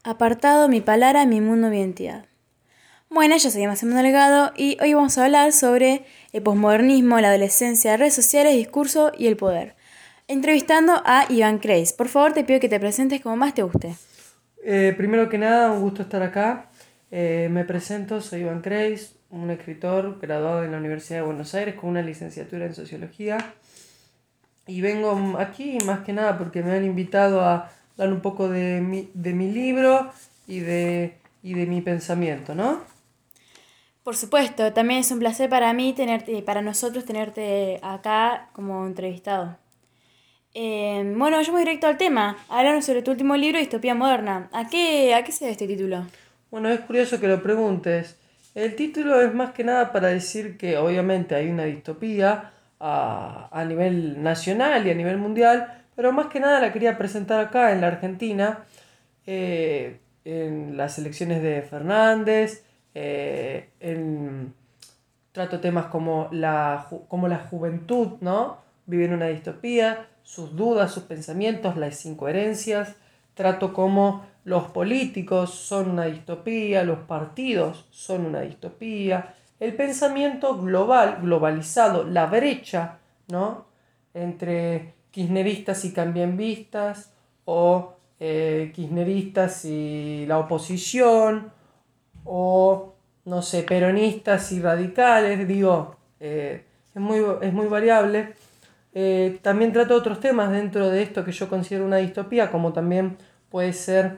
Apartado Mi Palabra, Mi Mundo, Mi Identidad. Bueno, yo soy Máximo Delgado y hoy vamos a hablar sobre el posmodernismo, la adolescencia, redes sociales, discurso y el poder. Entrevistando a Iván Kreis. Por favor, te pido que te presentes como más te guste. Primero que nada, un gusto estar acá. Me presento, soy Iván Kreis, un escritor graduado en la Universidad de Buenos Aires con una licenciatura en Sociología. Y vengo aquí más que nada porque me han invitado a dar un poco de mi libro y de mi pensamiento, ¿no? Por supuesto, también es un placer para mí para nosotros tenerte acá como entrevistado. Bueno, vayamos directo al tema. Hablarnos sobre tu último libro, Distopía Moderna. ¿A qué se debe este título? Bueno, es curioso que lo preguntes. El título es más que nada para decir que obviamente hay una distopía a nivel nacional y a nivel mundial, pero más que nada la quería presentar acá en la Argentina, en las elecciones de Fernández, trato temas como como la juventud, ¿no? Vive en una distopía, sus dudas, sus pensamientos, las incoherencias. Trato como los políticos son una distopía, los partidos son una distopía, el pensamiento globalizado, la brecha, ¿no? Entre kirchneristas y cambienvistas, o kirchneristas y la oposición, o no sé, peronistas y radicales, digo, es muy variable. También trato otros temas dentro de esto que yo considero una distopía, como también puede ser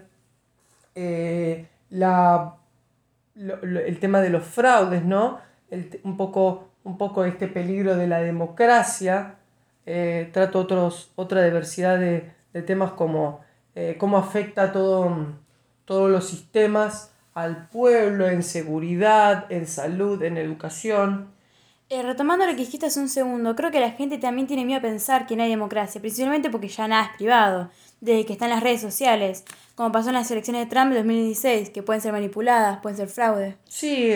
el tema de los fraudes, ¿no? Un poco este peligro de la democracia. Trato otra diversidad de temas como cómo afecta todos los sistemas al pueblo en seguridad, en salud, en educación. Retomando lo que dijiste hace un segundo, creo que la gente también tiene miedo a pensar que no hay democracia, principalmente porque ya nada es privado, desde que están las redes sociales, como pasó en las elecciones de Trump de 2016, que pueden ser manipuladas, pueden ser fraude. Sí,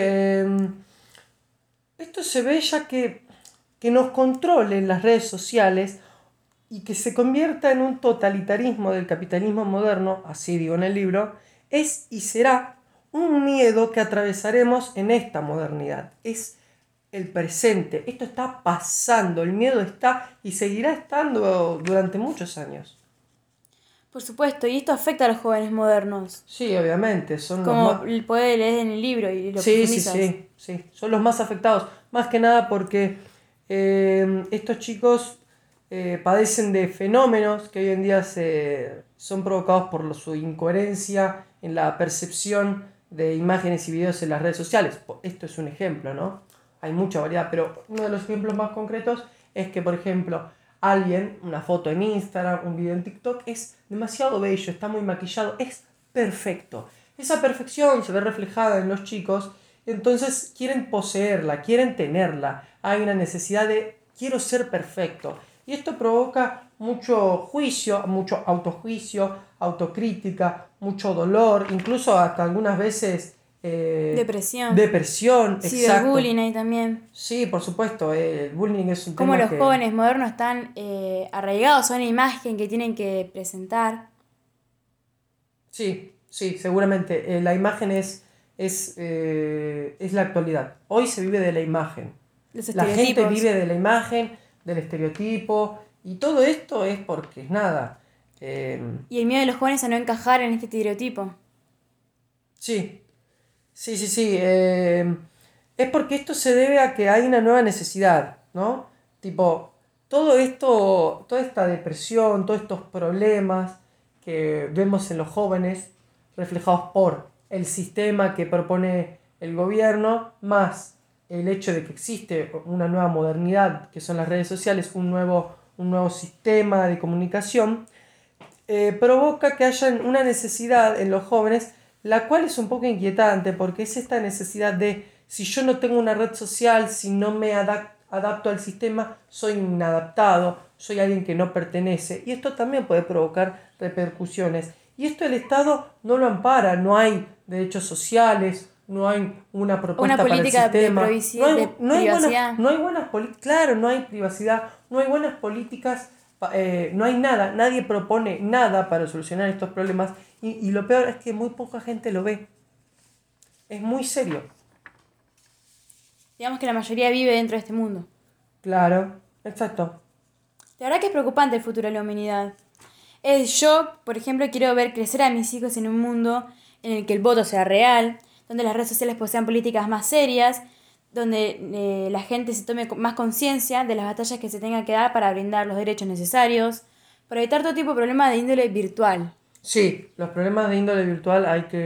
esto se ve ya que nos controlen las redes sociales y que se convierta en un totalitarismo del capitalismo moderno, así digo en el libro, es y será un miedo que atravesaremos en esta modernidad. Es el presente, esto está pasando, el miedo está y seguirá estando durante muchos años. Por supuesto, y esto afecta a los jóvenes modernos, Sí, obviamente, son los más... como el poder leer en el libro y lo Sí, sí, profundizas. sí, sí, son los más afectados, más que nada porque estos chicos padecen de fenómenos que hoy en día son provocados por su incoherencia en la percepción de imágenes y videos en las redes sociales. Esto es un ejemplo, ¿no? Hay mucha variedad, pero uno de los ejemplos más concretos es que, por ejemplo, una foto en Instagram, un video en TikTok, es demasiado bello, está muy maquillado, es perfecto. Esa perfección se ve reflejada en los chicos, entonces quieren poseerla, quieren tenerla. Hay una necesidad de quiero ser perfecto. Y esto provoca mucho juicio, mucho autojuicio, autocrítica, mucho dolor, incluso hasta algunas veces Depresión, depresión, exacto. ciberbullying ahí también. Sí, por supuesto, el bullying es un Cómo tema los que... jóvenes modernos están arraigados a una imagen que tienen que presentar. Sí, sí, seguramente. La imagen es la actualidad. Hoy se vive de la imagen. Los La gente estereotipos. vive de la imagen, del estereotipo, y todo esto es porque es nada. eh, Y el miedo de los jóvenes a no encajar en este estereotipo. sí, sí, sí, sí. Es porque esto se debe a que hay una nueva necesidad, ¿no? Tipo, todo esto, toda esta depresión, todos estos problemas que vemos en los jóvenes reflejados por el sistema que propone el gobierno, más el hecho de que existe una nueva modernidad, que son las redes sociales, un nuevo sistema de comunicación, provoca que haya una necesidad en los jóvenes, la cual es un poco inquietante, porque es esta necesidad de, si yo no tengo una red social, si no me adapto al sistema, soy inadaptado, soy alguien que no pertenece. Y esto también puede provocar repercusiones. Y esto el Estado no lo ampara, no hay derechos sociales, no hay una O una propuesta para el política sistema, no hay, de no hay buenas, privacidad. no hay buenas políticas, claro, no hay privacidad, no hay buenas políticas No hay nada, nadie propone nada para solucionar estos problemas y lo peor es que muy poca gente lo ve. Es muy serio. Digamos que la mayoría vive dentro de este mundo. Claro, exacto. La verdad que es preocupante el futuro de la humanidad. Yo, por ejemplo, quiero ver crecer a mis hijos en un mundo en el que el voto sea real, donde las redes sociales posean políticas más serias, donde la gente se tome más conciencia de las batallas que se tengan que dar para brindar los derechos necesarios, para evitar todo tipo de problemas de índole virtual. Sí, los problemas de índole virtual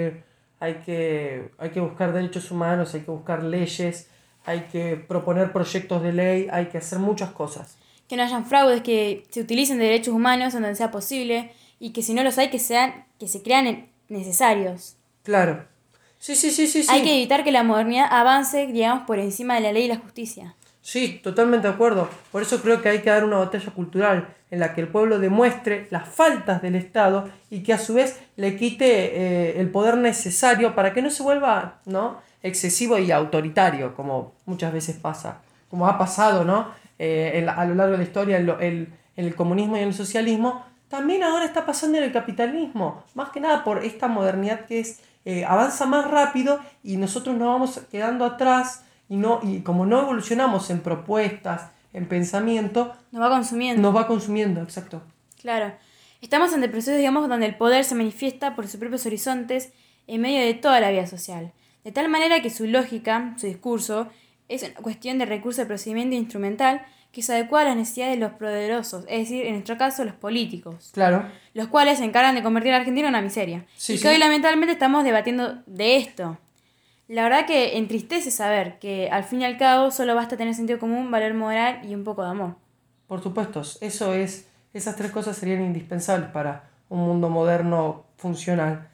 hay que buscar derechos humanos, hay que buscar leyes, hay que proponer proyectos de ley, hay que hacer muchas cosas. Que no hayan fraudes, que se utilicen derechos humanos donde sea posible y que si no los hay, que se crean necesarios. Claro. Sí, sí, sí, sí, Hay que sí. evitar que la modernidad avance, digamos, por encima de la ley y la justicia. Sí, totalmente de acuerdo. Por eso creo que hay que dar una batalla cultural en la que el pueblo demuestre las faltas del Estado y que a su vez le quite el poder necesario para que no se vuelva, ¿no?, excesivo y autoritario, como muchas veces pasa, como ha pasado, ¿no?, a lo largo de la historia en el comunismo y en el socialismo. También ahora está pasando en el capitalismo, más que nada por esta modernidad que avanza más rápido y nosotros nos vamos quedando atrás y como no evolucionamos en propuestas, en pensamiento, Nos va consumiendo. nos va consumiendo, exacto. Claro. Estamos ante procesos, digamos, donde el poder se manifiesta por sus propios horizontes en medio de toda la vida social. De tal manera que su lógica, su discurso, es una cuestión de recurso de procedimiento instrumental que se adecua a las necesidades de los poderosos, es decir, en nuestro caso, los políticos. Claro. Los cuales se encargan de convertir a Argentina en una miseria. Sí, y que sí. hoy lamentablemente estamos debatiendo de esto. La verdad que entristece saber que al fin y al cabo solo basta tener sentido común, valor moral y un poco de amor. Por supuesto, esas tres cosas serían indispensables para un mundo moderno funcional.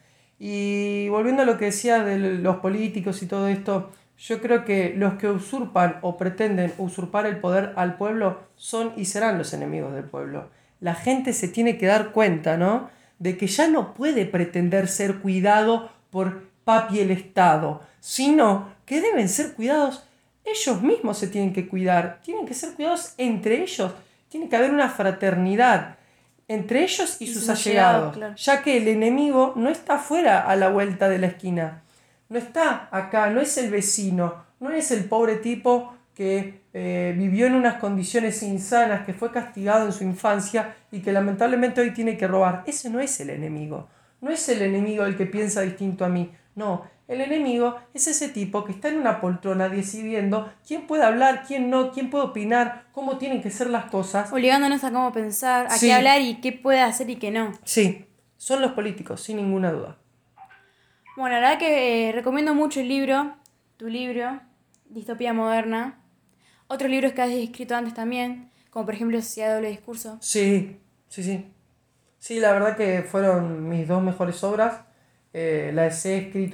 Y volviendo a lo que decía de los políticos y todo esto, yo creo que los que usurpan o pretenden usurpar el poder al pueblo son y serán los enemigos del pueblo. La gente se tiene que dar cuenta, ¿no?, de que ya no puede pretender ser cuidado por papi el Estado, sino que deben ser cuidados. Ellos mismos se tienen que cuidar, tienen que ser cuidados entre ellos, tiene que haber una fraternidad entre ellos y sus allegados, claro. ya que el enemigo no está fuera a la vuelta de la esquina, no está acá, no es el vecino, no es el pobre tipo que vivió en unas condiciones insanas, que fue castigado en su infancia y que lamentablemente hoy tiene que robar. Ese no es el enemigo, no es el enemigo el que piensa distinto a mí, no. El enemigo es ese tipo que está en una poltrona decidiendo quién puede hablar, quién no, quién puede opinar, cómo tienen que ser las cosas. Obligándonos a cómo pensar, a Sí. qué hablar y qué puede hacer y qué no. Sí, son los políticos, sin ninguna duda. Bueno, la verdad que recomiendo mucho el libro, tu libro, Distopía Moderna. Otros libros que has escrito antes también, como por ejemplo Sociedad de Doble Discurso. Sí, sí, sí. Sí, la verdad que fueron mis dos mejores obras. Las he escrito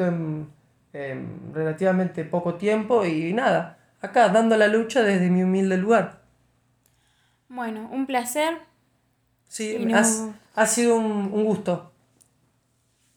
en relativamente poco tiempo y nada, acá dando la lucha desde mi humilde lugar. Bueno, un placer. Sí, Y no- ha sido un gusto.